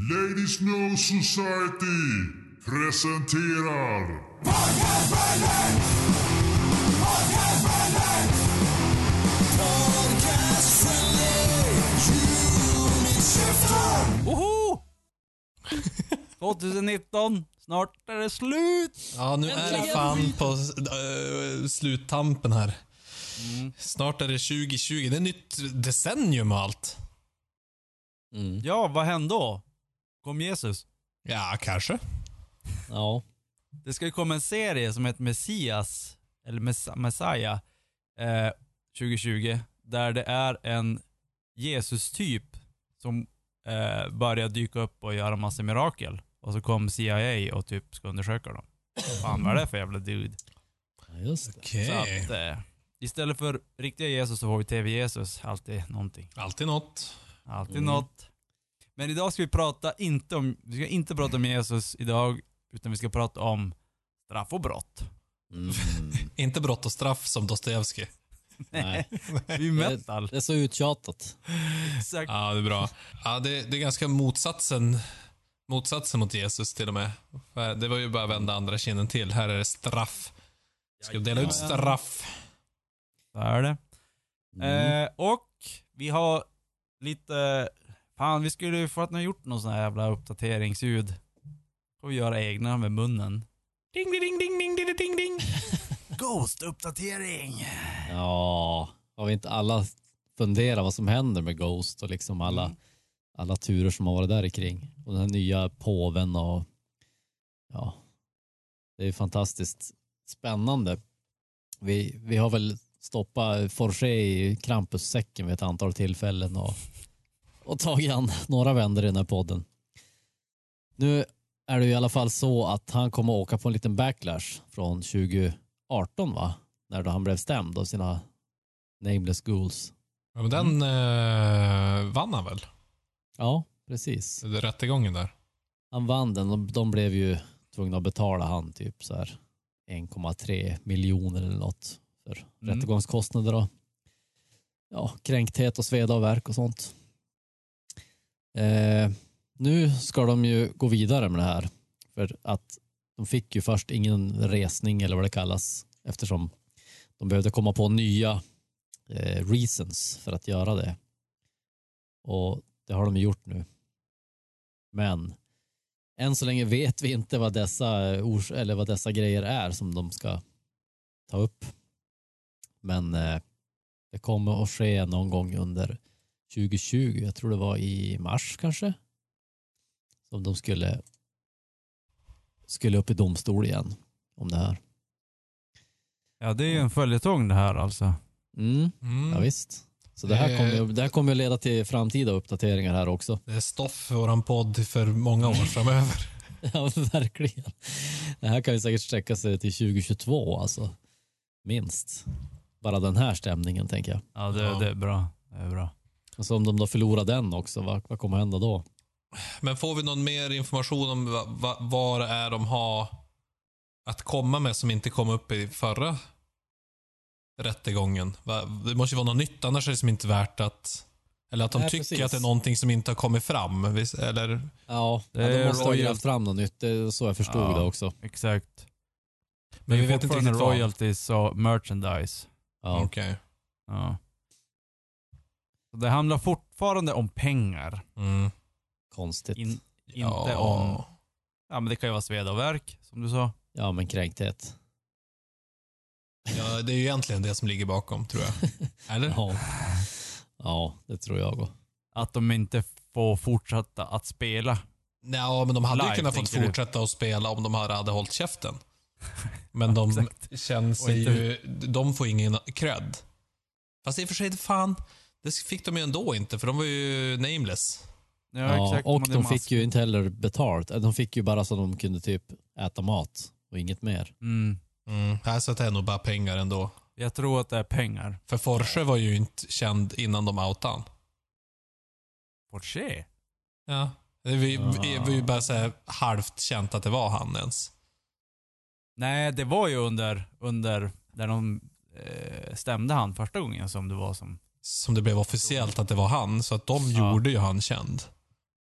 Ladies No Society presenterar Podcastbranden! Podcastbranden! Podcastbranden! Unikäften! Woho! 2019, snart är det slut. Ja, nu är det fan på sluttampen här. Snart är det 2020. Det är nytt decennium och allt. Ja, vad hände då? Kom Jesus? Ja, kanske. Ja. Det ska ju komma en serie som heter Messias, eller Messiah 2020, där det är en Jesus-typ som börjar dyka upp och göra massa mirakel. Och så kom CIA och typ ska undersöka dem. Fan, vad är det för jävla dude? Ja, just det. Okej. Så att, istället för riktiga Jesus så får vi TV-Jesus. Alltid någonting. Alltid något. Alltid något. Men idag ska vi vi ska inte prata om Jesus idag, utan vi ska prata om straff och brott. Inte brott och straff som Dostojevskij. Nej. Det är ju metal. Det är så uttjatat. Exakt. Ja, det är bra. Ja, det är ganska motsatsen mot Jesus till och med. Det var ju bara att vända andra kinden till. Här är det straff. Ska dela ut straff. Så är det. Och vi har lite... Fan, vi skulle ju få att ni har gjort någon sån här jävla uppdateringsljud. Får vi göra egna med munnen. Ding, ding, ding, ding, ding, ding, ding. Ghost-uppdatering. Ja, har vi inte alla funderat vad som händer med Ghost och liksom alla turer som har varit där kring. Och den här nya påven och ja, det är fantastiskt spännande. Vi har väl stoppat Forge i Krampussäcken vid ett antal tillfällen och tagit an några vänder i den här podden. Nu är det i alla fall så att han kommer att åka på en liten backlash från 2018, va? När då han blev stämd av sina Nameless Ghouls. Ja, men den vann han väl? Ja, precis. Det är rättegången där. Han vann den och de blev ju tvungna att betala han typ så här 1,3 miljoner eller något för rättegångskostnader och ja, kränkthet och sveda och verk och sånt. Nu ska de ju gå vidare med det här för att de fick ju först ingen resning eller vad det kallas eftersom de behövde komma på nya reasons för att göra det. Och det har de gjort nu. Men än så länge vet vi inte vad dessa grejer är som de ska ta upp. Men det kommer att ske någon gång under 2020. Jag tror det var i mars kanske. Som de skulle upp i domstol igen om det här. Ja, det är ju en följetong det här alltså. Ja, visst. Så det här kommer att leda till framtida uppdateringar här också. Det är stoff för våran podd för många år framöver. Ja, verkligen. Det här kan ju säkert sträcka sig till 2022 alltså. Minst. Bara den här stämningen tänker jag. Ja, det är bra. Det är bra. Och så om de då förlorar den också, vad kommer hända då? Men får vi någon mer information om vad det är de har att komma med som inte kom upp i förra rättegången? Det måste ju vara något nytt, annars är det som inte värt att... Eller att de tycker precis. att det är någonting som inte har kommit fram. Eller... Ja, Det de måste ha Royal- grävt fram något nytt. Det är så jag förstod det också. Exakt. Men vi det är vet inte fortfarande riktigt vad. royalties och merchandise. Ja. Okej. Ja. Så det handlar fortfarande om pengar. Konstigt. Inte om... Ja, men det kan ju vara sved och verk, som du sa. Ja, men kränkthet. Ja, det är ju egentligen det som ligger bakom, tror jag. Eller? Ja, det tror jag också. Att de inte får fortsätta att spela. Ja, men de hade ju Live, kunnat fått tänker du? fortsätta att spela om de hade hållit käften. Men de känner sig Och inte- ju... De får ingen cred. Fast i och för sig, fan, det fick de ju ändå inte, för de var ju nameless. Ja, exakt. och hade de mask. fick ju inte heller betalt. De fick ju bara så de kunde typ äta mat och inget mer. Här så att det är nog bara pengar ändå. Jag tror att det är pengar. För Forse var ju inte känd innan de outade han. Porsche? Ja. Det var ju bara så här halvt känt att det var han ens. Nej, det var ju under där de stämde han första gången som det var som... Som det blev officiellt att det var han, så att de gjorde ju han känd.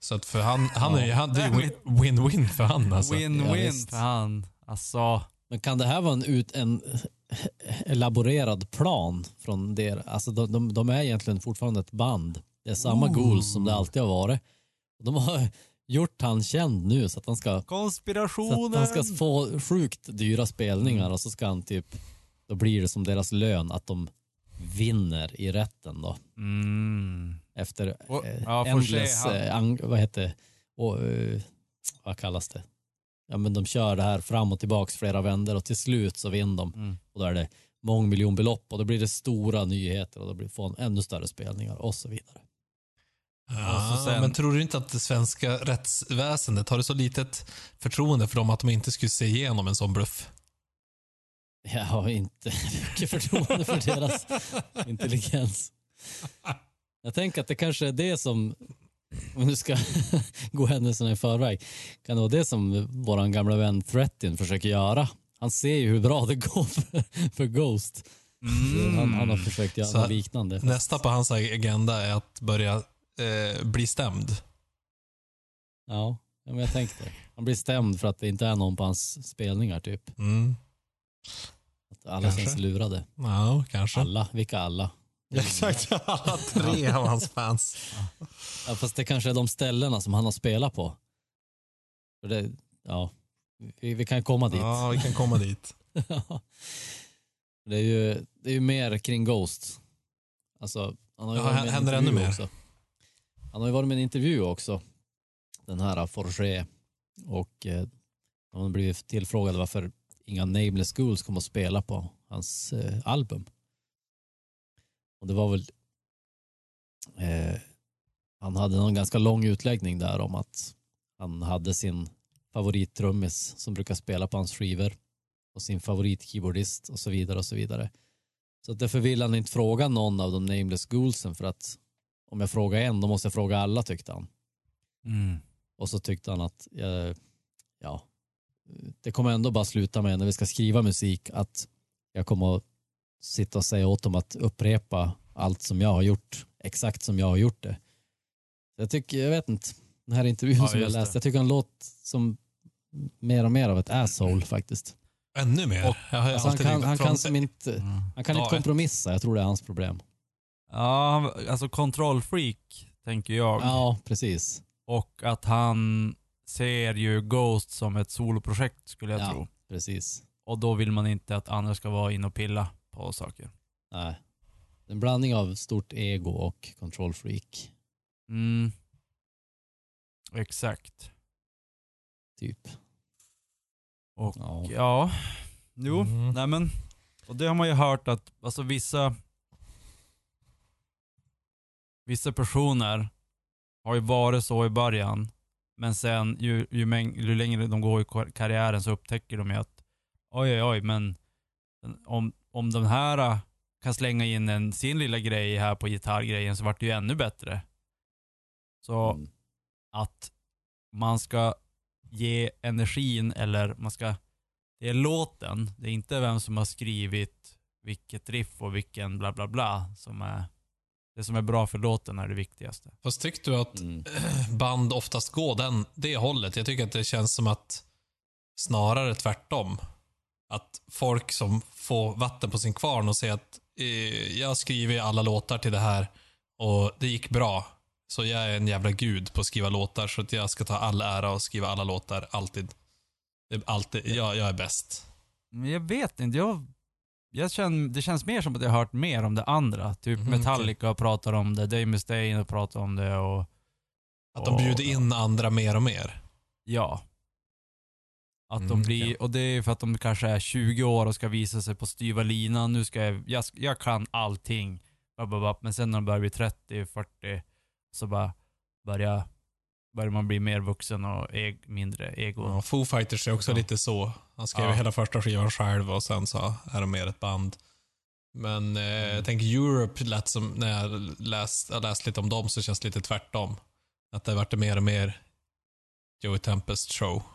Så att för han är ju win-win för han alltså. Ja, Win-win visst. för han. Alltså, Men kan det här vara en elaborerad plan från det? Alltså de är egentligen fortfarande ett band. Det är samma Ghouls som det alltid har varit. De har gjort han känd nu så att han ska konspirationen. få sjukt dyra spelningar och så ska han typ, då blir det som deras lön att de vinner i rätten då. Efter får se. Vad kallas det? Ja, men de kör det här fram och tillbaks flera vändor och till slut så vinner de. Och då är det mångmiljonbelopp och då blir det stora nyheter och då får de ännu större spelningar och så vidare. Ja, så sen- men tror du inte att det svenska rättsväsendet har det så litet förtroende för dem att de inte skulle se igenom en sån bluff? Jag har inte mycket förtroende för deras intelligens. Jag tänker att det kanske är det som, om du ska gå händelserna i förväg, kan det vara det som våran gamla vän Threatin försöker göra. Han ser ju hur bra det går för Ghost. Han har försökt göra Så något liknande. Nästa på hans agenda är att börja bli stämd. Ja, men jag tänkte. Han blir stämd för att det inte är någon på hans spelningar typ. Att alla Kanske. känns lurade. Ja, kanske. Alla, vilka alla? Exakt, alla 3 av hans fans. Ja, fast det kanske är de ställena som han har spelat på. För det, ja, vi kan komma dit. Ja, vi kan komma dit. Det är ju mer kring Ghost. Alltså, han har ju varit med i en händer intervju ännu mer? också. Han har ju varit med i en intervju också. Den här Forger. Och han har blivit tillfrågad varför inga Nameless Ghouls kommer att spela på hans album. Och det var väl han hade någon ganska lång utläggning där om att han hade sin favorittrummis som brukar spela på hans skivor och sin favoritkeyboardist och så vidare och så vidare. Så därför vill han inte fråga någon av de Nameless Ghoulsen, för att om jag frågar en, då måste jag fråga alla, tyckte han. Och så tyckte han att det kommer ändå bara sluta med, när vi ska skriva musik, att jag kommer att sitta och säga åt dem att upprepa allt som jag har gjort, exakt som jag har gjort det. Jag vet inte, den här intervjun som jag läste, jag tycker han låter som mer och mer av ett asshole faktiskt. Ännu mer? Och, alltså han kan inte kompromissa, jag tror det är hans problem. Ja, alltså kontrollfreak tänker jag. Ja, precis. Och att han ser ju Ghost som ett soloprojekt, skulle jag tro. Precis. Och då vill man inte att andra ska vara in och pilla på saker. Nej. En blandning av stort ego och kontrollfreak. Exakt. Typ. Och nej men, och det har man ju hört att alltså vissa personer har ju varit så i början, men sen ju längre de går i karriären så upptäcker de ju att oj, men om den här kan slänga in sin lilla grej här på gitarrgrejen, så vart det ju ännu bättre. Så att man ska ge energin, eller det är låten, det är inte vem som har skrivit vilket riff och vilken bla bla bla det som är bra för låten är det viktigaste. Fast tycker du att band oftast går det hållet? Jag tycker att det känns som att snarare tvärtom. Att folk som får vatten på sin kvarn och säger att jag skriver alla låtar till det här och det gick bra, så jag är en jävla gud på att skriva låtar, så att jag ska ta all ära och skriva alla låtar alltid. Jag är bäst. Men jag vet inte, det känns mer som att jag har hört mer om det andra. Typ Metallica pratar om det, Dave Mustaine pratar om det och att de bjuder in andra mer och mer. Ja. Att de blir, och det är för att de kanske är 20 år och ska visa sig på styva linan. Nu ska jag kan allting. Men sen när de börjar bli 30, 40 så bara börjar man bli mer vuxen och mindre ego. Ja, Foo Fighters är också lite så. Han skrev hela första skivan själv och sen så är de mer ett band. Men jag tänker Europe lät som, när jag läst lite om dem, så känns det lite tvärtom. Att det har varit mer och mer Joey Tempest show.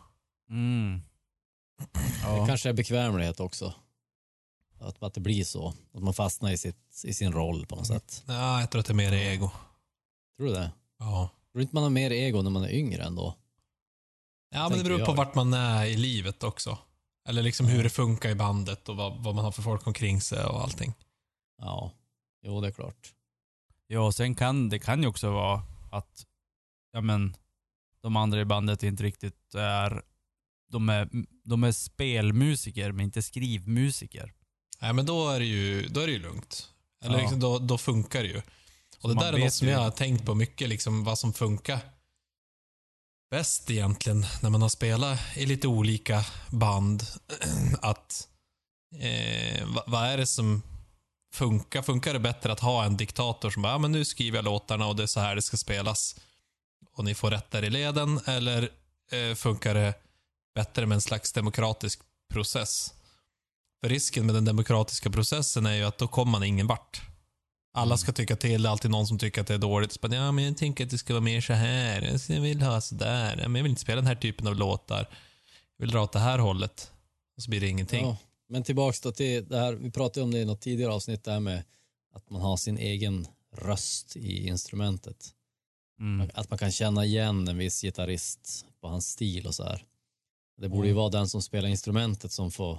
Det kanske är bekvämlighet också. Att det blir så. Att man fastnar i sin roll på något sätt. Ja, jag tror att det är mer ego. Tror du det? Ja. Tror inte man har mer ego när man är yngre ändå? Ja, men det tänker beror på jag. vart man är i livet också. Eller liksom hur det funkar i bandet och vad man har för folk omkring sig och allting. Ja, jo det är klart. Ja, och sen kan det kan ju också vara att ja, men, de andra i bandet inte riktigt är... De är spelmusiker, men inte skrivmusiker. Nej, men då är det ju lugnt. Eller Ja. liksom, då funkar det ju. Och det Man där är vet något som ju. jag har tänkt på mycket, liksom vad som funkar bäst egentligen när man har spelat i lite olika band. Att vad är det som funkar? Funkar det bättre att ha en diktator som bara, men nu skriver jag låtarna och det är så här det ska spelas och ni får rätt där i leden? Eller funkar det bättre med en slags demokratisk process? För risken med den demokratiska processen är ju att då kommer man ingen vart. Alla ska tycka till, det är alltid någon som tycker att det är dåligt. Så bara, ja, men jag tänker att det ska vara mer så här. Jag vill ha så där. Men jag vill inte spela den här typen av låtar. Jag vill dra åt det här hållet. Och så blir det ingenting. Ja, men tillbaks då till det här, vi pratade om det i något tidigare avsnitt, det här med att man har sin egen röst i instrumentet. Att man kan känna igen en viss gitarrist på hans stil och så här. Det borde ju vara den som spelar instrumentet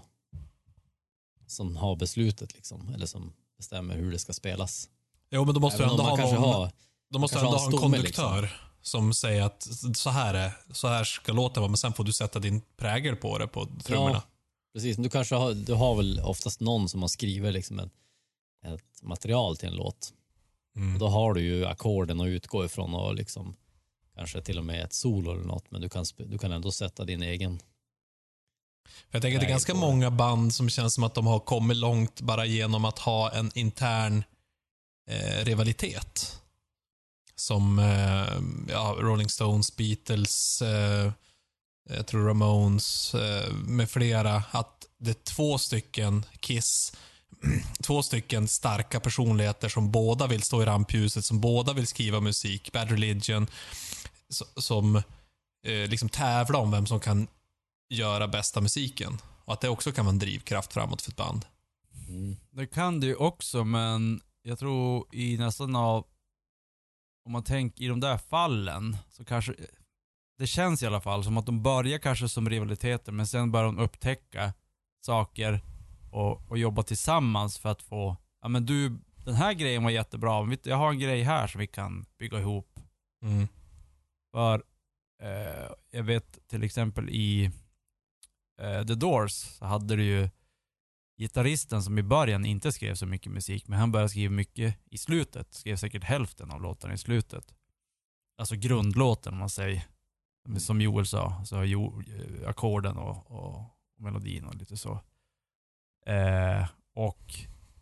som har beslutet liksom, eller som bestämmer hur det ska spelas. Jo, men då måste du Även ändå om man ha kanske någon... har, Då måste du kanske ändå har ha en stomme, konduktör liksom. som säger att så här ska låten vara, men sen får du sätta din prägel på det, på trummorna. Ja, precis. Men du har väl oftast någon som har skrivit liksom ett material till en låt. Mm. Och då har du ju ackorden att utgå ifrån och liksom kanske till och med ett solo eller något, men du kan ändå sätta din egen. För jag tänker att det är ganska många band som känns som att de har kommit långt bara genom att ha en intern rivalitet. Som Rolling Stones, Beatles, jag tror Ramones med flera. Att det är 2 stycken Kiss, 2 stycken starka personligheter som båda vill stå i rampljuset, som båda vill skriva musik. Bad Religion, som liksom tävlar om vem som kan göra bästa musiken. Och att det också kan vara en drivkraft framåt för ett band. Det kan det ju också, men jag tror i nästan av... Om man tänker i de där fallen så kanske... Det känns i alla fall som att de börjar kanske som rivaliteter, men sen börjar de upptäcka saker och jobba tillsammans för att få... Ja, men du, den här grejen var jättebra, men jag har en grej här som vi kan bygga ihop. Mm. För jag vet till exempel i The Doors så hade du ju gitarristen som i början inte skrev så mycket musik, men han började skriva mycket i slutet. Skrev säkert hälften av låtarna i slutet. Alltså grundlåten, om man säger. Som Joel sa. Så ackorden och melodin och lite så. Och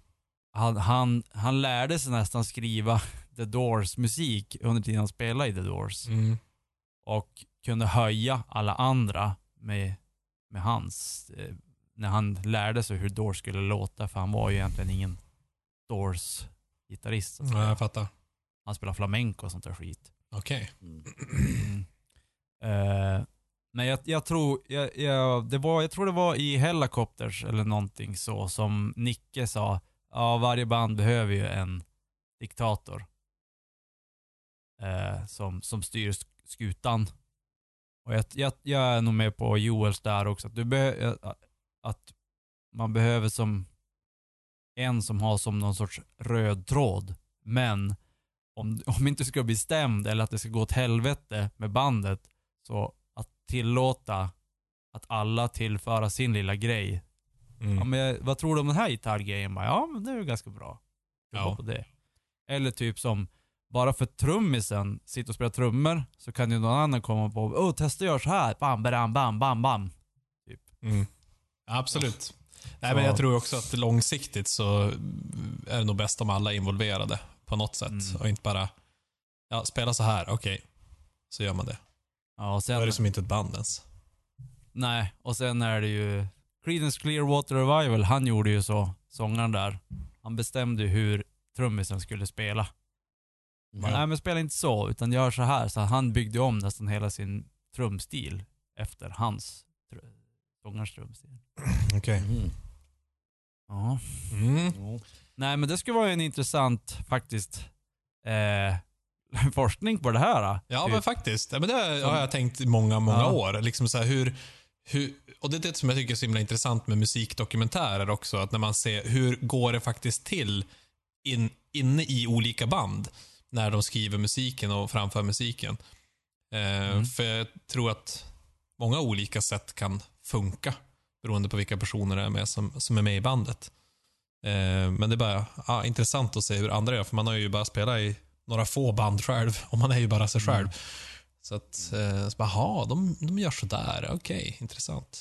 han lärde sig nästan skriva The Doors musik under tiden han spelade i The Doors. Mm. Och kunde höja alla andra med hans... när han lärde sig hur Doors skulle låta, för han var ju egentligen ingen Doors-gitarrist. Ja, jag fattar. Han spelar flamenco och sånt där skit. Okej. Men jag tror det var i Hellacopters eller någonting så som Nicke sa, ja, varje band behöver ju en diktator som styr skutan. Och jag är nog med på Joels där också, att man behöver som en som har som någon sorts röd tråd, men om inte ska bli stämd eller att det ska gå åt helvete med bandet, så att tillåta att alla tillföra sin lilla grej. Ja, men vad tror du om den här gitarrgrejen? Ja, men det är ju ganska bra. Ja. På det. Eller typ som bara för trummisen sitter och spelar trummor, så kan ju någon annan komma på, testa gör så här, bam, bam, bam, bam, bam. Typ. Absolut. Nej, men jag tror också att långsiktigt så är det nog bäst om alla är involverade på något sätt. Och inte bara, spela så här, okej. Så gör man det. Ja, och Då är sen, det som inte ett band ens. nej, och sen är det ju Creedence Clearwater Revival, han gjorde ju så, sångaren där. Han bestämde ju hur trummisen skulle spela. Nej, men spela inte så, utan gör så här. Så han byggde om nästan hela sin trumstil efter hans sångarens trumstil. Okej. Ja. Mm. Nej, men det skulle vara en intressant faktiskt forskning på det här. Ja, typ. men faktiskt. Ja, men det har jag tänkt i många år. Liksom så här, hur, och det är det som jag tycker är så himla intressant med musikdokumentärer också. Att när man ser hur går det faktiskt till inne i olika band när de skriver musiken och framför musiken. För jag tror att många olika sätt kan funka beroende på vilka personer det är med som är med i bandet. Men det är bara intressant att se hur andra gör, för man har ju bara spelat i några få band själv och man är ju bara sig själv. Så att, så bara, de gör sådär. Okej, intressant.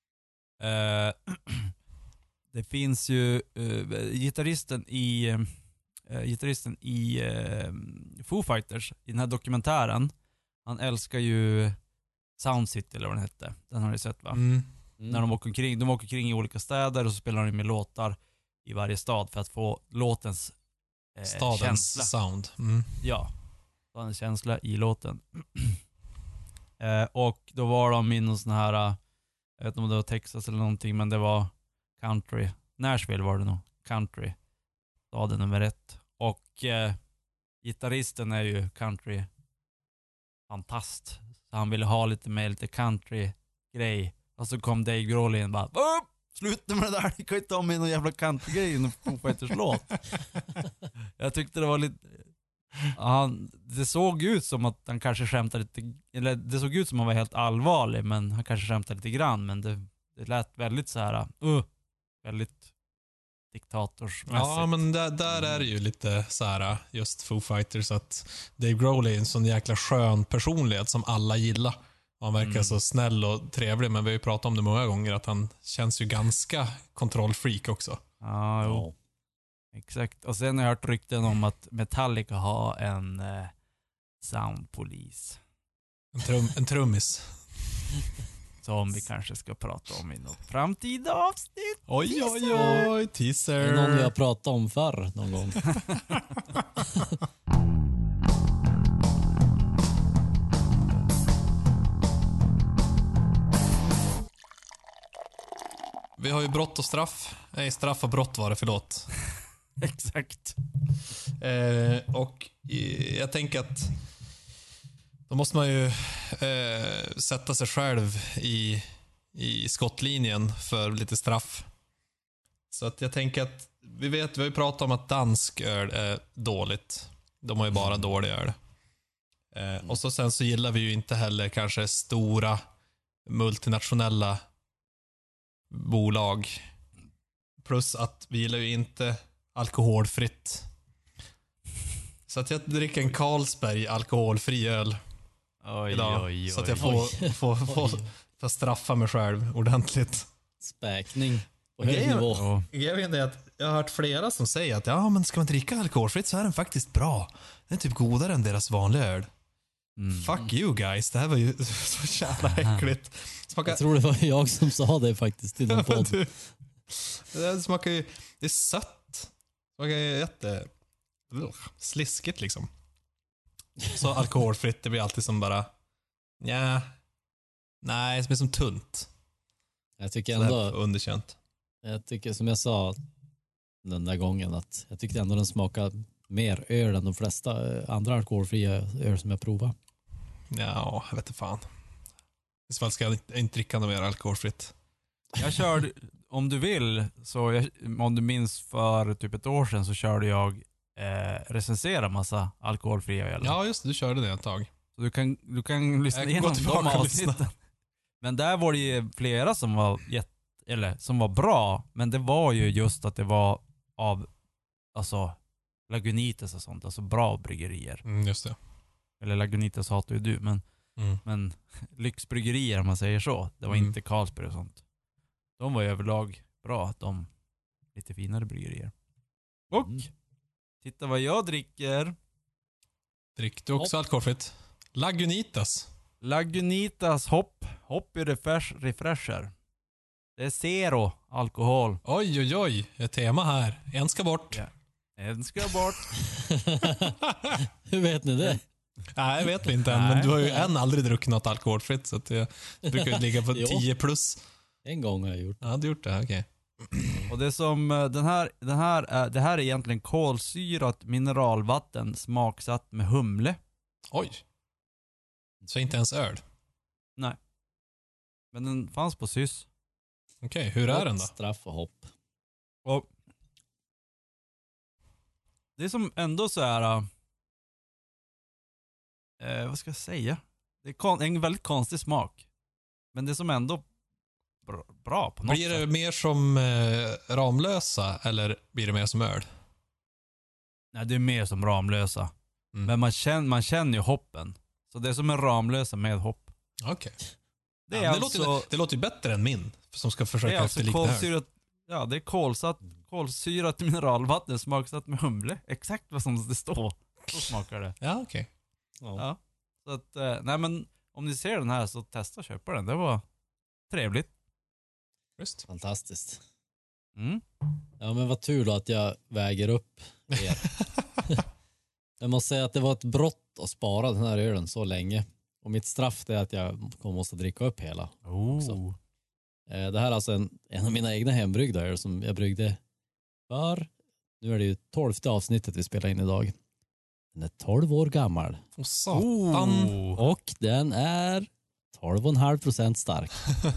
Det finns ju gitarristen i Foo Fighters i den här dokumentären. Han älskar ju Sound City eller vad den hette. Den har ni sett, va? När de åker omkring i olika städer och så spelar de med låtar i varje stad för att få låtens Stadens känsla. sound. Ja, stadens känsla i låten. Och då var de i någon sån här, jag vet inte om det var Texas eller någonting, men det var country. Nashville var det nog. Country. Staden nummer 1. Och gitarristen är ju country fantast. Så han ville ha lite country grej. Och så kom Dave Grohl in och bara, sluta med det där, ni kan ju inte ha med någon jävla country-grej i någon Foo Fighters-låt. Jag tyckte det var lite... det såg ut som att han kanske skämtade lite... Eller det såg ut som att han var helt allvarlig, men han kanske skämtade lite grann. Men det lät väldigt så här... väldigt diktatorsmässigt. Ja, men där är det ju lite så här just Foo Fighters, att Dave Grohl är en sån jäkla skön personlighet som alla gillar. Han verkar så snäll och trevlig, men vi har ju pratat om det många gånger att han känns ju ganska kontrollfreak också. Ja, jo. Exakt. Och sen har jag hört rykten om att Metallica har en soundpolis. En trummis. Som vi kanske ska prata om i något framtida avsnitt. Oj, teaser. Det är någon vi har pratat om förr någon gång. Vi har ju brott och straff. Nej, straff och brott var det, förlåt. Exakt. Och jag tänker att då måste man ju sätta sig själv i skottlinjen för lite straff. Så att jag tänker att vi har ju pratat om att dansk öl är dåligt. De har ju bara dålig öl. Och så sen så gillar vi ju inte heller kanske stora multinationella bolag. Plus att vi gillar ju inte alkoholfritt. Så att jag dricker en Carlsberg alkoholfri öl idag. Oj. Så att jag får straffa mig själv ordentligt. Späkning på hög nivå. Grejen är att jag har hört flera som säger att men ska man dricka alkoholfritt så är den faktiskt bra. Den är typ godare än deras vanliga öl. Fuck you guys, det här var ju så jävla äckligt. Jag tror det var jag som sa det faktiskt i den podden. Det smakar ju, det är sött. Det smakar ju sliskigt liksom. Så alkoholfritt, det blir alltid som bara nej, det blir som tunt. Jag tycker ändå underkänt. Jag tycker som jag sa den där gången att jag tyckte ändå den smakar mer öl än de flesta andra alkoholfria öl som jag provar. Ja, jag vet inte fan. I så fall ska jag inte dricka något mer alkoholfritt. Jag körde, om du vill, om du minns för typ ett år sedan så körde jag recensera massa alkoholfria öl. Ja, just det, du körde det ett tag. Så du kan lyssna igenom de avsnitten. Men där var det ju flera som var som var bra, men det var ju just att det var av Lagunitas och sånt, alltså bra bryggerier. Just det. Eller Lagunitas hatar ju du, men lyxbryggerier om man säger så. Det var inte Carlsberg och sånt. De var ju överlag bra, de lite finare bryggerier. Och titta vad jag dricker. Dricker du också alkoholfritt? Lagunitas hopp refresher. Det är zero alkohol. Oj, ett tema här. En ska bort. Ja. En ska bort. Hur vet ni det? Nej, jag vet vi inte än, men du har ju aldrig druckit något alkoholfritt, så att jag brukar ju ligga på 10 plus. En gång har jag gjort. Ja, du har gjort det, okej. Och det som det här är egentligen kolsyrat mineralvatten smaksatt med humle. Oj. Så inte ens öl. Nej. Men den fanns på Sys. Okej, hur är den då? Straff och hopp. Och det är som ändå så här. Vad ska jag säga? Det är en väldigt konstig smak. Men det är som ändå bra på något Blir det sätt. mer som Ramlösa eller blir det mer som öl? Nej, det är mer som Ramlösa. Mm. Men man känner ju hoppen. Så det är som en Ramlösa med hopp. Okej. Det är Ja, alltså... det låter ju bättre än min, som ska Det försöka är alltså efterlikna öl. kolsyrat, ja, det är kolsyrat mineralvatten smaksatt med humle. Exakt vad som det står. Så smakar det. Ja, okej. Ja. Så att, nej men om ni ser den här så testa och köpa den. Det var trevligt. Just. Fantastiskt. Mm. Ja, men vad tur då att jag väger upp er. Jag måste säga att det var ett brott att spara den här ölen så länge. Och mitt straff är att jag kommer måste dricka upp hela. Oh. Det här är alltså en av mina egna hembryggda öl som jag bryggde för, nu är det ju 12:e avsnittet vi spelar in idag. Den är 12 år gammal. Åh satan. Och den är 12,5% stark.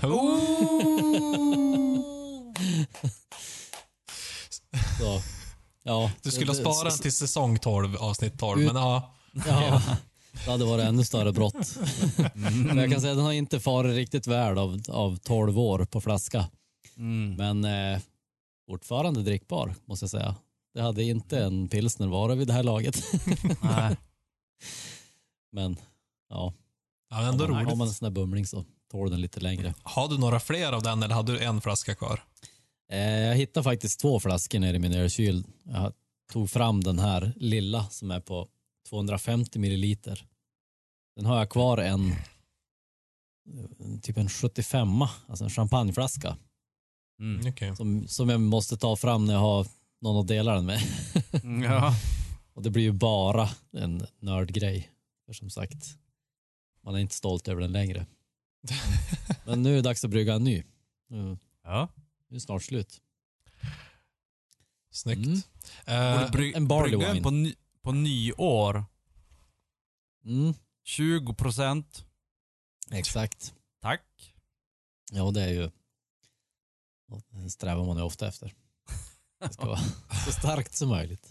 Så, ja, Du skulle ha sparat den till säsong 12, avsnitt 12, men ja. Ja, det hade varit ännu större brott. Men jag kan säga att den har inte farit riktigt väl av 12 år på flaska. Mm. Men fortfarande drickbar, måste jag säga. Det hade inte en pilsner varit vid det här laget. Nej. Men ja, Ja, ändå har man en roligt. sån här bumling så tål den lite längre. Har du några fler av den eller hade du en flaska kvar? Jag hittade faktiskt 2 flaskor nere i min ölkyl. Jag tog fram den här lilla som är på 250 milliliter. Den har jag kvar typ en 75, alltså en champagneflaska. Mm. Okej. Som jag måste ta fram när jag har någon att dela den med. Ja. Och det blir ju bara en nördgrej. För som sagt, man är inte stolt över den längre. Men nu är det dags att brygga en ny. Nu Ja. är det snart slut. Snyggt. Borde en barley brygga wine. den på nyår. Mm, 20%. exakt. Tack. Ja, det är ju det strävar man ju ofta efter. Det ska vara så starkt som möjligt.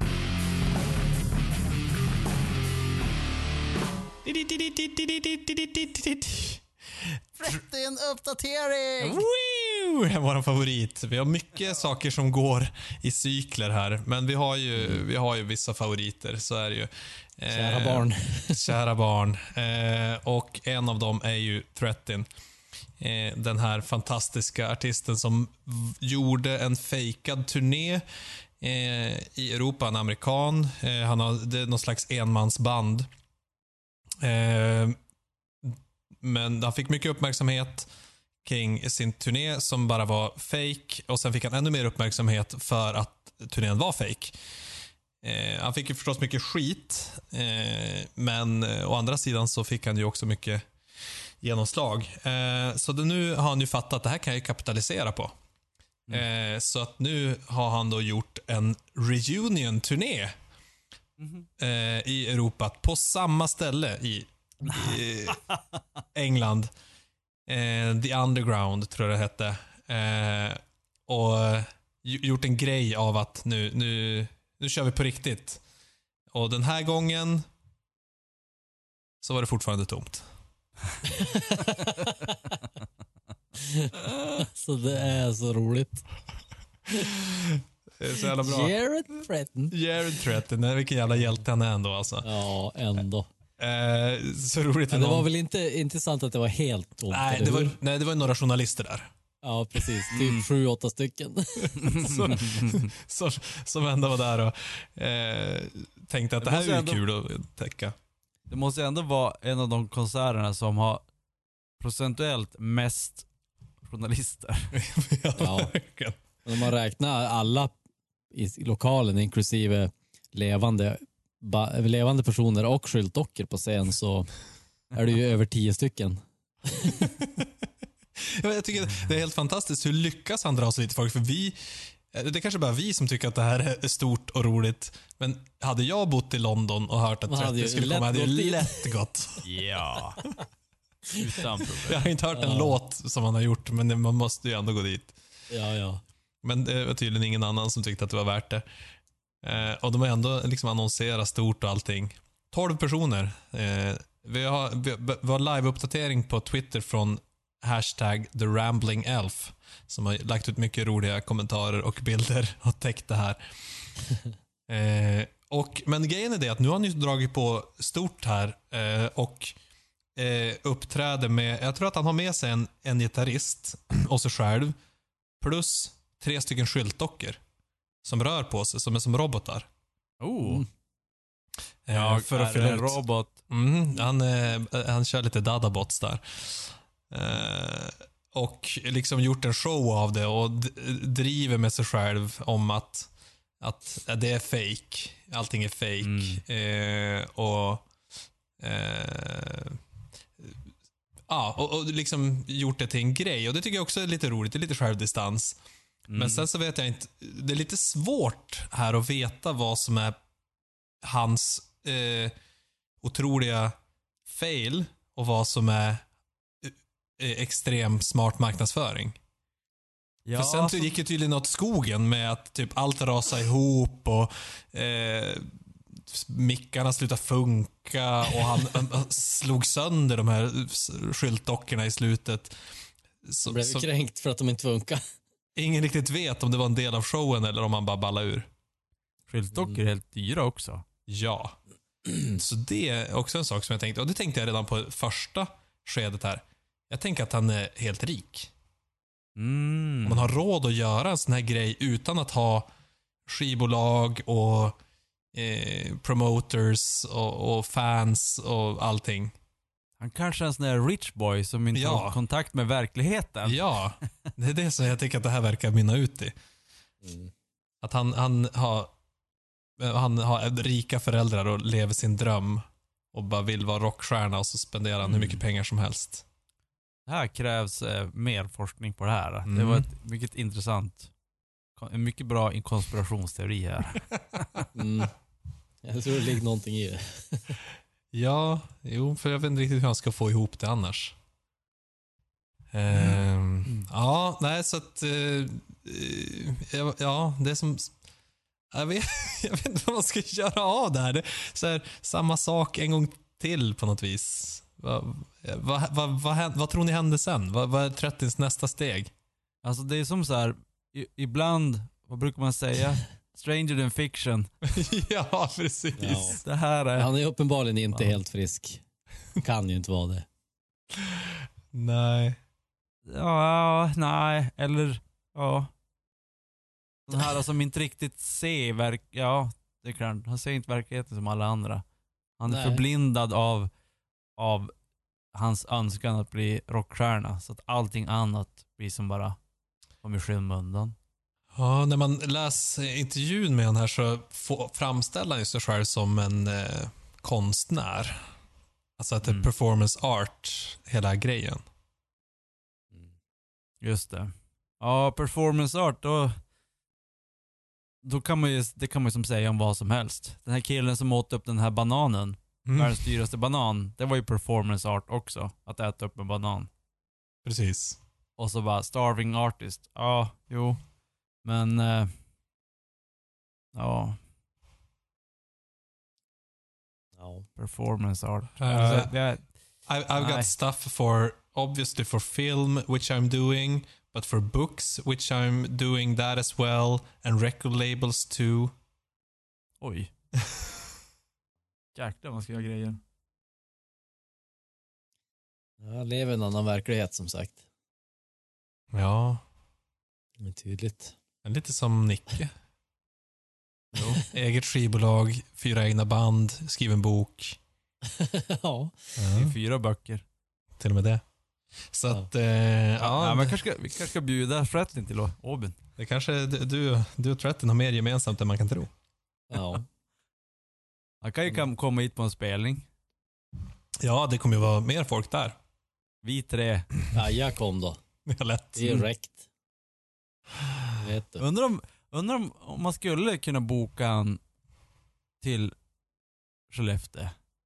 En uppdatering! Woo! Vår favorit. Vi har mycket saker som går i cykler här, men vi har ju vissa favoriter, så är det ju. Kära barn. Kära barn. Och en av dem är ju Threatin. Den här fantastiska artisten som gjorde en fejkad turné i Europa, en amerikan. Det är någon slags enmansband. Men han fick mycket uppmärksamhet kring sin turné som bara var fake, och sen fick han ännu mer uppmärksamhet för att turnén var fake. Han fick ju förstås mycket skit, men å andra sidan så fick han ju också mycket genomslag. Så nu har han ju fattat att det här kan jag kapitalisera på. Så att nu har han då gjort en reunion-turné i Europa på samma ställe i England. The Underground tror jag det hette. Och gjort en grej av att nu kör vi på riktigt. Och den här gången så var det fortfarande tomt. Så det är så roligt. Det är så jävla bra. Jared Threatin, vilken jävla hjälte han är ändå alltså. Ja, ändå. Så roligt. Men det var väl inte intressant att det var helt tomt? Nej, eller hur? det var några journalister där. Ja, precis. Typ 7-8 stycken. Som ändå var där och tänkte att det här måste är ju ändå- kul att täcka. Det måste ändå vara en av de konserterna som har procentuellt mest journalister. Ja. verkligen. Om man räknar alla i lokalen, inklusive levande personer och skyltdockor på scen, så är det ju över 10 stycken. Jag tycker det är helt fantastiskt hur lyckas han dra sig lite folk. För det är kanske bara vi som tycker att det här är stort och roligt. Men hade jag bott i London och hört att Man hade 30 ju skulle komma, hade lätt jag gått dit. lätt gått. Ja. Utan problem. Jag har inte hört en låt som han har gjort, men man måste ju ändå gå dit. Ja. Men det var tydligen ingen annan som tyckte att det var värt det. Och de har ändå liksom annonserat stort och allting. 12 personer. Vi har live-uppdatering på Twitter från #TheRamblingElf som har lagt ut mycket roliga kommentarer och bilder och täckt det här. Men grejen är det att nu har han ju dragit på stort här och uppträder med, jag tror att han har med sig en gitarrist och sig själv plus 3 stycken skyltdockor som rör på sig, som är som robotar. För att fylla en ut. robot. Han kör lite dadabots där. Och liksom gjort en show av det och driver med sig själv om att det är fake. Allting är fake. Och liksom gjort det till en grej. Och det tycker jag också är lite roligt. Det är lite självdistans. Men sen så vet jag inte. Det är lite svårt här att veta vad som är hans otroliga fail och vad som är extrem smart marknadsföring. Ja, För sen gick det tydligen åt skogen med att typ allt rasade ihop och mickarna slutade funka och han slog sönder de här skyltdockorna i slutet. De blev kränkt för att de inte funkar. Ingen riktigt vet om det var en del av showen eller om han bara ballade ur. skyltdockor är helt dyra också. Ja. Så det är också en sak som jag tänkte, och det tänkte jag redan på första skedet här. Jag tänker att han är helt rik. Man har råd att göra en sån här grej utan att ha skivbolag och promoters och fans och allting. Han kanske är en sån där rich boy som inte har kontakt med verkligheten. Ja, det är det som jag tycker att det här verkar mynna ut i. Att han har rika föräldrar och lever sin dröm och bara vill vara rockstjärna och så spenderar han hur mycket pengar som helst. Det här krävs mer forskning på det här. Det var ett mycket intressant, en mycket bra konspirationsteori här. Jag tror det ligger någonting i det. Ja, för jag vet inte riktigt hur han ska få ihop det annars. Ja, nej så att ja, det är som jag vet inte vad man ska göra av det här. Det är så här, samma sak en gång till på något vis. Vad tror ni händer sen? Vad är Trettins nästa steg? Alltså det är som så här, ibland, vad brukar man säga? Stranger than fiction. Ja, precis. Ja. Det här är... Han är uppenbarligen inte helt frisk. Kan ju inte vara det. Nej. Ja, nej, eller ja. Den här som inte riktigt ser ja, det är klart. Han ser inte verkligheten som alla andra. Han är förblindad av hans önskan att bli rockstjärna, så att allting annat blir som bara kommer i skymundan. Ja, när man läser intervjun med han här så framställer han sig själv som en konstnär. Alltså att det är performance art, hela grejen. Just det. Ja, performance art, då kan man ju, det kan man ju som säga om vad som helst. Den här killen som åt upp den här bananen, världens dyraste banan, det var ju performance art också, att äta upp en banan. Precis. Och så bara, starving artist. Ja, jo. Men, ja. Performance art. I've got stuff obviously for film, which I'm doing, but for books, which I'm doing that as well, and record labels too. Oj. Jäklar, man ska göra grejer. Jag lever en annan verklighet som sagt. Ja. Det är tydligt. Lite som Nicke. Eget skivbolag, 4 egna band, skriver en bok. Ja. Det är 4 böcker. Till och med det. Så att, men vi kanske ska bjuda Fretlin till Åbyn. Det kanske du och Trettin har mer gemensamt än man kan tro. Ja. Han kan ju komma hit på en spelning. Ja, det kommer ju vara mer folk där. Vi 3. Ja, jag kom då. Det är lätt. Direkt. Vet du. Undrar om man skulle kunna boka en till Skellefteå.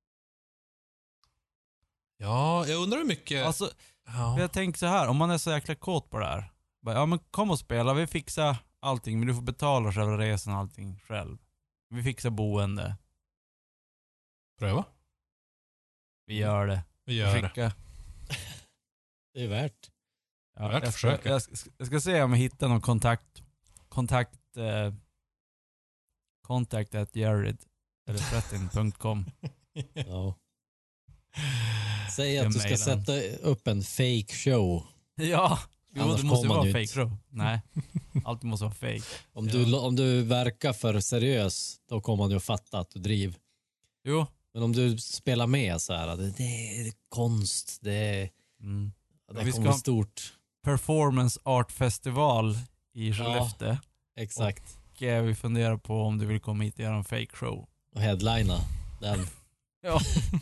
Ja, jag undrar hur mycket... Alltså, ja. jag tänker så här, om man är så jäkla kåt på det här. Bara, ja men kom och spela, vi fixar allting, men du får betala själva resan och allting själv. Vi fixar boende. Pröva. Vi gör det. Vi gör det. Skicka. Det är värt. Ja, Värt jag, försöka. jag ska se om jag hittar någon kontakt at Jared eller Frettin.com. Ja. Säg att du ska mailen. sätta upp en fake show. Ja, Annars det måste ju kommer vara man ju fake inte. show. Nej, allt måste vara fake. Om du verkar för seriös, då kommer man ju att fatta att du driver. Jo. Men om du spelar med så här, det är konst, det är... Det Vi kommer ska- stort. Performance Art Festival i Skellefteå. Exakt. Och vi funderar på om du vill komma hit och göra en fake show. Och headlina den. Ja.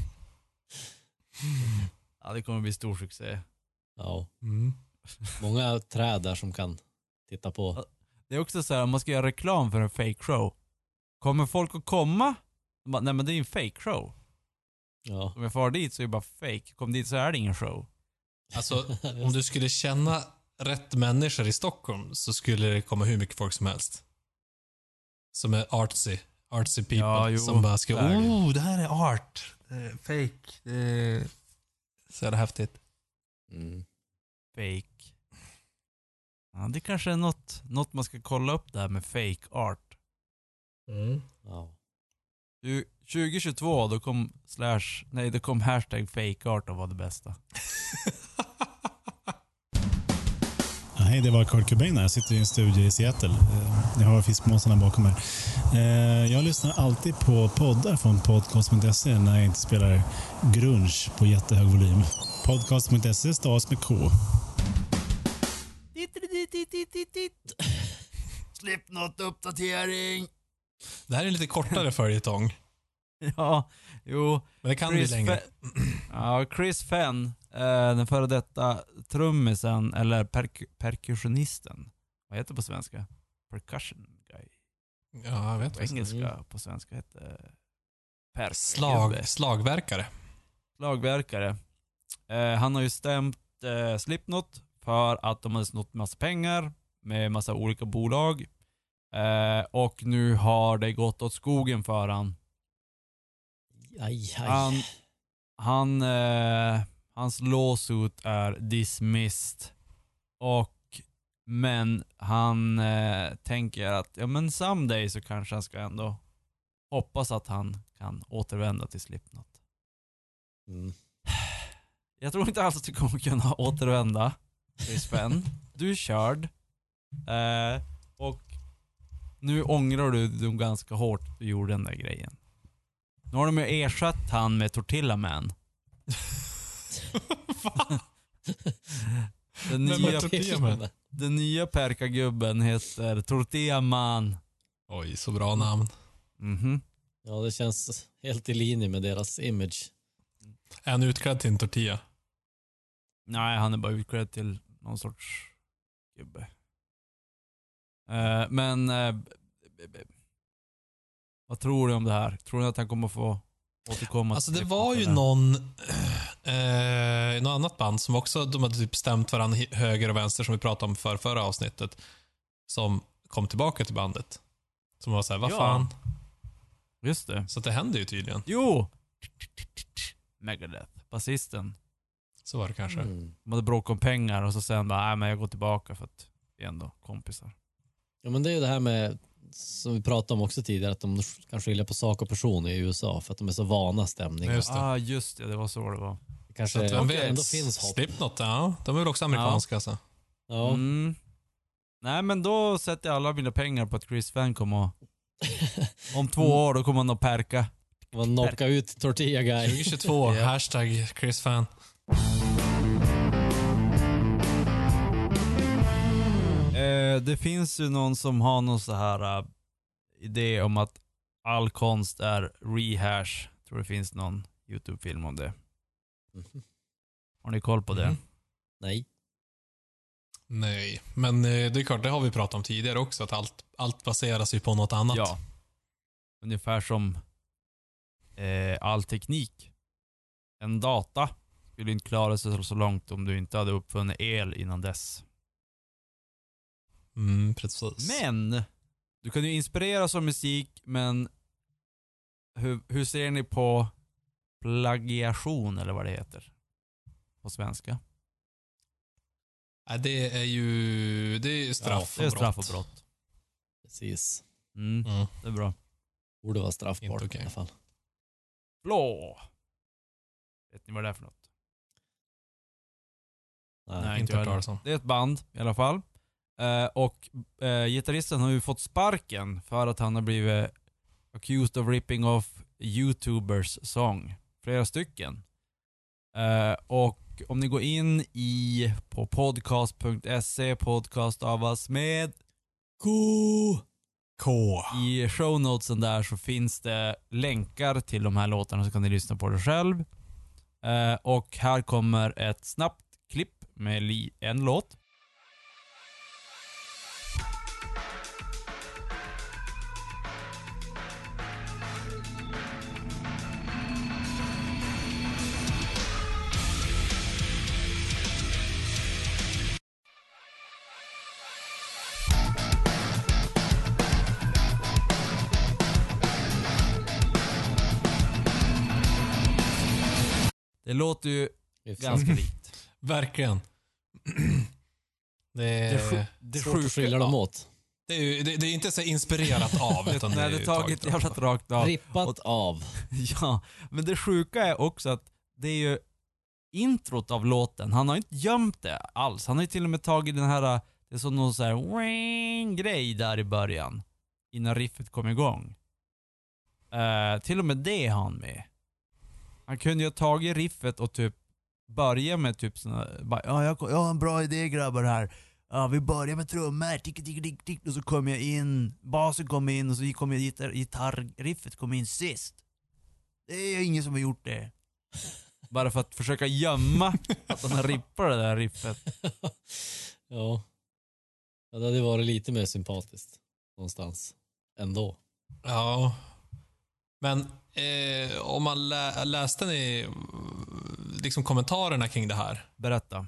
Ja, det kommer bli stor succé. Ja. Mm. Många träd där som kan titta på. Det är också så här, om man ska göra reklam för en fake show. Kommer folk att komma? De bara, nej men det är en fake show. Ja. Om jag far dit så är det bara fake. Kom dit så är det ingen show. Alltså, om du skulle känna rätt människor i Stockholm så skulle det komma hur mycket folk som helst. Som är artsy people. Ja, jo. Som bara ska, Det är det här är art. Det är fake. Det är så är det häftigt. Mm. Fake. Ja, det kanske är något man ska kolla upp där med fake art. Ja. 2022 då kom hashtag fake art och var det bästa. Ja, hej, det var Kurt Cobain här. Jag sitter i en studio i Seattle. Jag har fiskmåsarna bakom mig. Jag lyssnar alltid på poddar från podcast.se när jag inte spelar grunge på jättehög volym. Podcast.se stavas med K. Slipp något uppdatering. Det här är en lite kortare följetong. Ja, jo. Men det kan bli längre. Chris Fenn, den före detta trummisen eller percussionisten. Vad heter det på svenska? Percussion guy. Ja, jag vet. På engelska på svenska heter Slagverkare. Slagverkare. Han har ju stämt Slipknot för att de har snott massa pengar med massa olika bolag. Och nu har det gått åt skogen för han. Aj. Hans lawsuit är dismissed. Men han tänker att ja men someday så kanske han ska ändå hoppas att han kan återvända till Slipknot. Mm. Jag tror inte alls att du kommer kunna återvända, Chris Fenn. Du är körd. Och nu ångrar du ganska hårt att du gjorde den där grejen. Nu har de ju ersatt han med Tortilla Man. Den nya perkagubben heter Tortilla Man. Oj, så bra namn. Mhm. Ja, det känns helt i linje med deras image. Är han utklädd till en tortilla? Nej, han är bara utklädd till någon sorts gubbe. Vad tror du om det här? Tror du att han kommer få återkomma? Alltså det till var ju någon annat band som också, de hade typ stämt varandra höger och vänster som vi pratade om förra avsnittet. Som kom tillbaka till bandet. Som var såhär, vad Ja. fan? Just det. Så det hände ju tydligen. Jo! Megadeth, basisten. Så var det kanske. Mm. De hade bråk om pengar och så sen bara, nej men jag går tillbaka för att vi är ändå kompisar. Ja, men det är ju det här med, som vi pratade om också tidigare, att de kan skilja på sak och person i USA för att de är så vana stämningar. Just det. Just det, det var så det var. Det kanske Så att vem vet, ändå finns hopp. Slipknot, ja. De är väl också amerikanska alltså. Ja. Mm. Nej men då sätter jag alla mina pengar på att Chris Fenn kommer om 2 år då kommer han att perka. Man knockar ut Tortilla Guy. 2022, Ja. hashtag Chris Fan. Det finns ju någon som har någon så här idé om att all konst är rehash. Tror det finns någon YouTube-film om det. Mhm. Har ni koll på det? Mhm. Nej. Nej, men det är klart, det har vi pratat om tidigare också, att allt baseras ju på något annat. Ja. Ungefär som all teknik. En data skulle inte klara sig så långt om du inte hade uppfunnit el innan dess. Precis. Men du kan ju inspireras av musik, men hur ser ni på plagiation eller vad det heter på svenska? Nej, det är ju straff Det är och straff och brott. brott. Precis. Det är bra. Borde vara straffbart Inte okej. i alla fall. Blå. Vet ni vad det är för något? Nej. Inte jag hört heller. talas om. Det är ett band i alla fall. Och gitarristen har ju fått sparken för att han har blivit accused of ripping off YouTubers sång. Flera stycken. Och om ni går in på podcast.se, podcast av oss med K. i shownotesen där så finns det länkar till de här låtarna, så kan ni lyssna på det själv. Och här kommer ett snabbt klipp med en låt. Det låter ju ganska likt. Verkligen. Det Svårt att skilja dem åt. är ju inte så inspirerat av, utan Nej, är det ju är taget jävla rakt av. rakt av. Rippat av. Ja, men det sjuka är också att det är ju introt av låten. Han har inte gömt det alls. Han har ju till och med tagit den här, det är som någon så här grej där i början. Innan riffet kom igång. Till och med det har han med. Han kunde ju ha tagit riffet och typ börja med typ såna, bara, jag har en bra idé grabbar här. Ja, vi börjar med trummor, tick tick tick tick, och så kommer jag in, basen kommer in och så kommer gitarriffet kommer in sist. Det är ingen som har gjort det. Bara för att försöka gömma att han rippar det där riffet. Ja. Ja, det hade varit lite mer sympatiskt någonstans ändå. Ja. Men om man läste ni liksom kommentarerna kring det här? Berätta.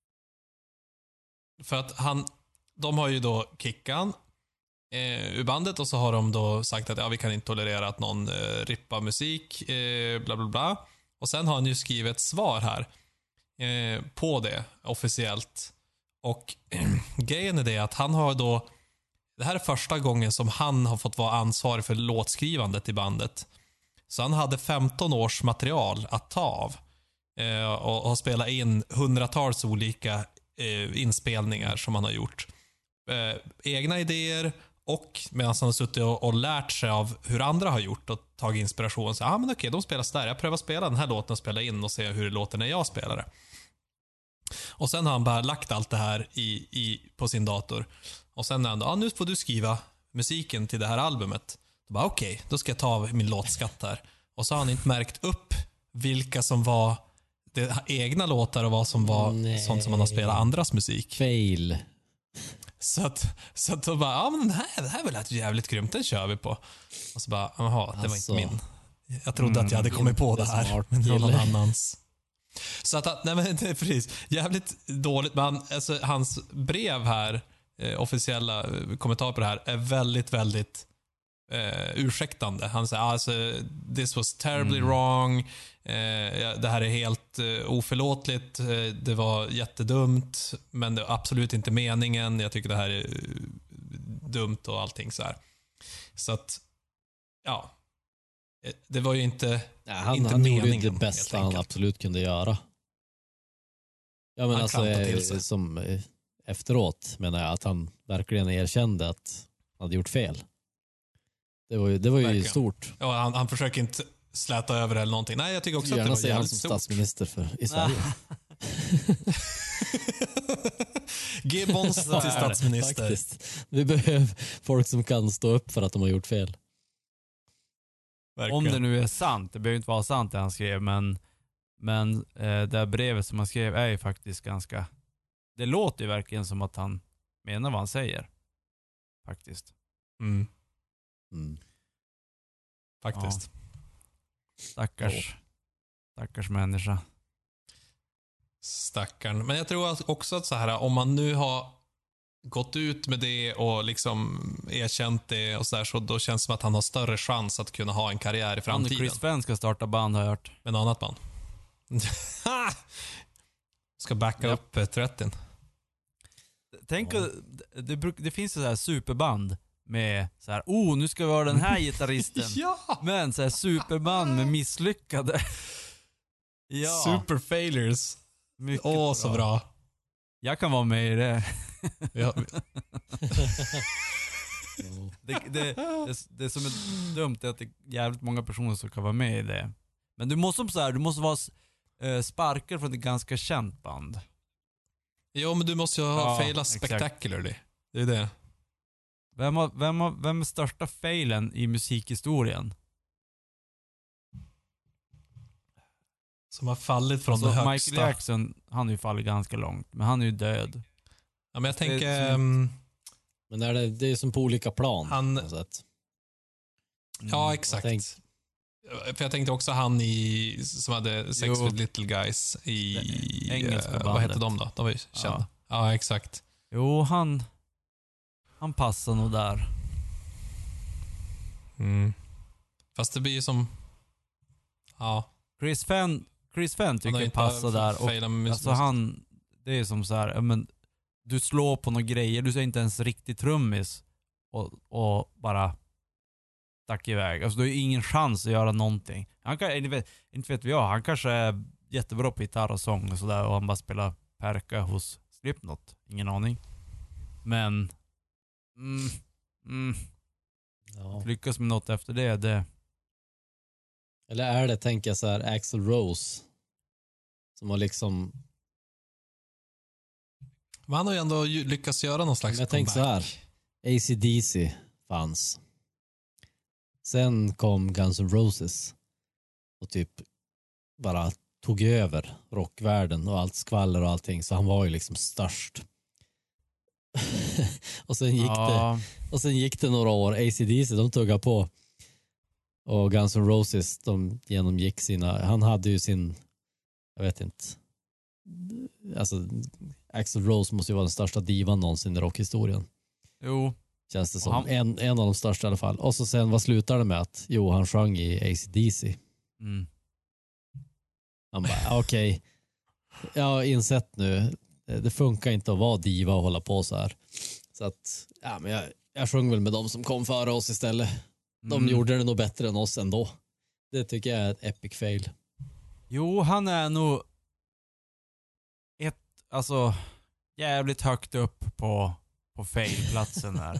För att de har ju då kickan ur bandet, och så har de då sagt att vi kan inte tolerera att någon rippar musik, bla bla bla. Och sen har han ju skrivit ett svar här på det officiellt. Och grejen är det att han har då, det här är första gången som han har fått vara ansvarig för låtskrivandet i bandet. Så han hade 15 års material att ta av och har spelat in hundratals olika inspelningar som han har gjort. Egna idéer, och medan han har suttit och lärt sig av hur andra har gjort och tagit inspiration. Så, men okej, de spelar så där. Jag prövar spela den här låten och spela in och se hur det låter när jag spelar det. Och sen har han bara lagt allt det här på sin dator. Och sen när han nu får du skriva musiken till det här albumet. Då bara okej, då ska jag ta av min låtskatt här. Och så har han inte märkt upp vilka som var det egna låtar och vad som var sånt som man har spelat andras musik. Fail. Så att då bara, men det här är väl jävligt grymt, den kör vi på. Och så bara, jaha, det var Alltså. inte min. Jag trodde att jag hade kommit på det här, smart men det var någon kille. annans. Så att, nej men det är precis, jävligt dåligt. Men alltså, hans brev här, officiella kommentar på det här, är väldigt, väldigt ursäktande. Han säger, alltså, this was terribly wrong. Det här är helt oförlåtligt. Det var jättedumt, men det är absolut inte meningen. Jag tycker det här är dumt och allting så här. Så att, ja. Det var ju inte Han inte gjorde ju meningen, det bästa helt han enkelt. absolut kunde göra. Ja, men Han alltså, klantade till sig. som efteråt menar jag att han verkligen erkände att han hade gjort fel. Det var ju Verkligen. stort. Ja, han försöker inte släta över eller någonting. Nej, jag tycker också att det Gärna var se han jävligt som stort. statsminister i Sverige. Gibbons Så är till det, statsminister. Faktiskt. Vi behöver folk som kan stå upp för att de har gjort fel. Verkligen. Om det nu är sant, det behöver inte vara sant det han skrev, men det här brevet som han skrev är ju faktiskt ganska det låter ju verkligen som att han menar vad han säger. Faktiskt. Mm, Mm. faktiskt. Stackars människa. Stackarn. Men jag tror också att så här, om man nu har gått ut med det och liksom erkänt det och så då känns det som att han har större chans att kunna ha en karriär i Han och framtiden. Chris Fenn ska starta band har jag hört. Med något annat band. Ska backa upp 30. Tänk, det finns ju så här superband med så här, nu ska vi ha den här gitarristen. Ja! Men så här superband med misslyckade. Ja. Super failures. Mycket Så bra. Jag kan vara med i det. Ja, Det som är dumt är att det är jävligt många personer som kan vara med i det. Men du måste vara sparkad från ett ganska känt band. jo, men du måste ju ha faila exakt. spectacularly. Det är det. Vem är största failen i musikhistorien? Som har fallit från Alltså, det högsta. Michael Jackson, han har ju fallit ganska långt. Men han är ju död. Ja, men jag Det tänker... är som- Men det är som på olika plan. Han- på något sätt. ja, exakt. tänk- För jag tänkte också han som hade Sex Jo. with Little Guys i... Det engelska vad bandet. hette de då? De var ju kända. Ja, exakt. Jo, han passar nog där. Mm. Fast det blir ju som... Ja. Chris Fenn Han tycker har jag inte passar där. Och, failat med alltså det är som så här, ja, men du slår på några grejer, du är inte ens riktigt trummis och bara stack iväg. Alltså du har ju ingen chans att göra någonting. Han kan, inte vet jag, han kanske är jättebra på gitarr och sång och sådär och han bara spelar perka hos Slipknot. Ingen aning. Men Ja. lyckas med något efter det. Eller är det, tänker jag så här, Axl Rose som har liksom... Men han har ju ändå lyckats göra någon slags Men jag tänker så här. AC/DC fanns. Sen kom Guns N' Roses och typ bara tog över rockvärlden och allt skvaller och allting, så han var ju liksom störst. och sen gick det några år. AC/DC, de tuggade på. Och Guns N' Roses, de genomgick han hade ju sin, jag vet inte, alltså Axl Rose måste ju vara den största divan någonsin i rockhistorien. Jo. Känns det som. Och En av de största i alla fall. Och så sen, vad slutade det med att, han sjöng i AC/DC. Mm. Han bara, okej. Jag har insett nu, det funkar inte att vara diva och hålla på så här. Så att, men jag sjöng väl med dem som kom före oss istället. De gjorde det nog bättre än oss ändå. Det tycker jag är ett epic fail. Jo, han är nog jävligt högt upp på failplatsen där.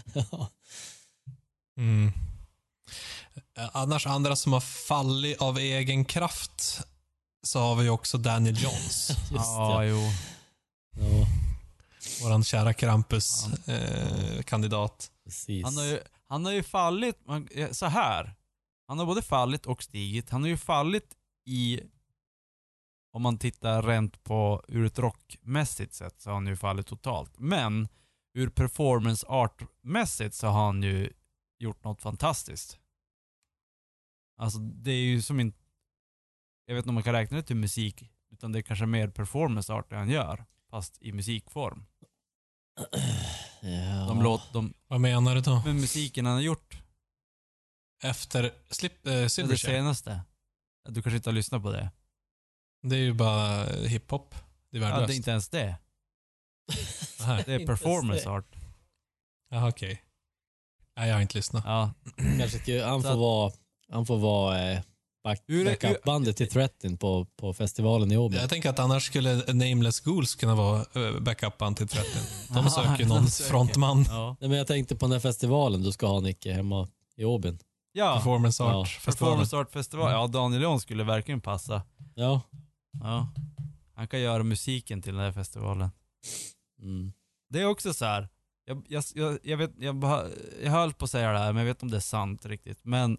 Mm. Annars andra som har fallit av egen kraft så har vi också Daniel Johns. Just Ja, det. jo. Ja, Våran kära Krampus-kandidat. precis. Han har ju fallit, så här. Han har både fallit och stigit. Han har ju fallit om man tittar rent på ur ett rockmässigt sätt så har han ju fallit totalt. Men ur performance art-mässigt så har han ju gjort något fantastiskt. Alltså det är ju som jag vet inte om man kan räkna det till musik, utan det är kanske mer performance art det han gör, fast i musikform. Ja. Vad menar du då? Men musiken han har gjort, Efter det Silverchair? senaste. Du kanske inte har lyssnat på det. Det är ju bara hiphop. Det är Ja, värdelöst. det är inte ens det. Nej. Det är performance det. art. Jaha, okej. Nej, jag har inte lyssnat. Ja. Kanske han Så får vara backupbandet till Threatin på festivalen i Åby. Jag tänker att annars skulle Nameless Ghouls kunna vara backupan till 30. De söker någon frontman. Ja. Nej, men jag tänkte på den här festivalen du ska ha, Nicke, hemma i Åbyn. Ja. Performance Ja. Art. Performance art festival. Ja, Daniel John skulle verkligen passa. Ja. Ja. Han kan göra musiken till den här festivalen. Mm. Det är också så här. Jag vet, jag höll på att säga det här, men jag vet inte om det är sant riktigt. Men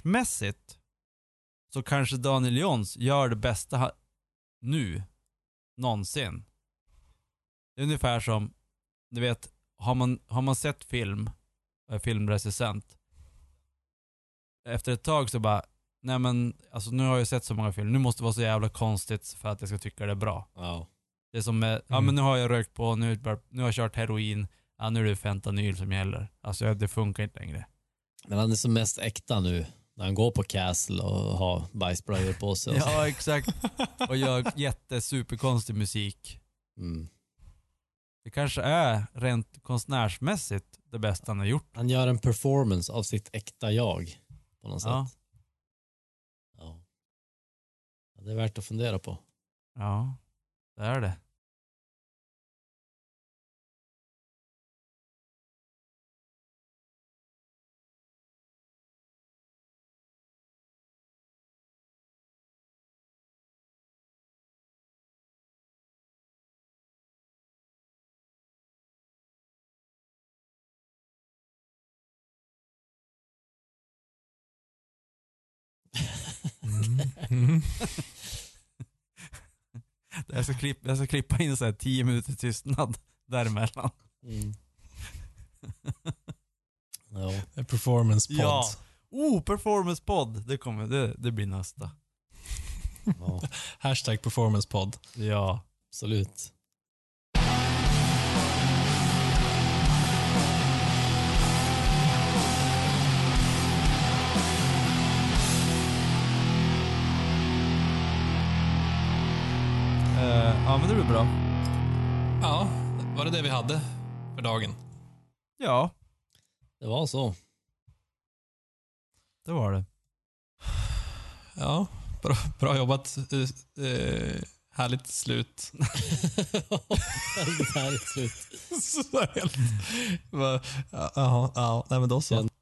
konstnärsmässigt så kanske Daniel Johns gör det bästa nu någonsin. Det är ungefär som, du vet, har man sett film, filmrecensent, efter ett tag så bara, nej men, alltså nu har jag sett så många filmer, nu måste det vara så jävla konstigt för att jag ska tycka det är bra. Ja. Det är som med, ja men nu har jag rökt på, nu har jag kört heroin, ja nu är det fentanyl som gäller. Alltså det funkar inte längre. Men han är som mest äkta nu. När han går på Castle och har bajsblöjor på sig. Ja, exakt. Och gör superkonstig musik. Mm. Det kanske är rent konstnärsmässigt det bästa han har gjort. Han gör en performance av sitt äkta jag på något Ja. sätt. Ja. Det är värt att fundera på. Ja, det är det. Jag ska klippa in så här 10 minuter tystnad däremellan. Mm. Ja. En performance-podd. Ja. Performance-podd. Det blir nästa. Ja, Hashtag performance-podd. Ja. absolut. Ja, men det blir bra. Ja, var det vi hade för dagen? Ja, Det var så. det var det. Ja, bra jobbat. Härligt slut. Det här är slut. Så helt... Ja, nej men då så.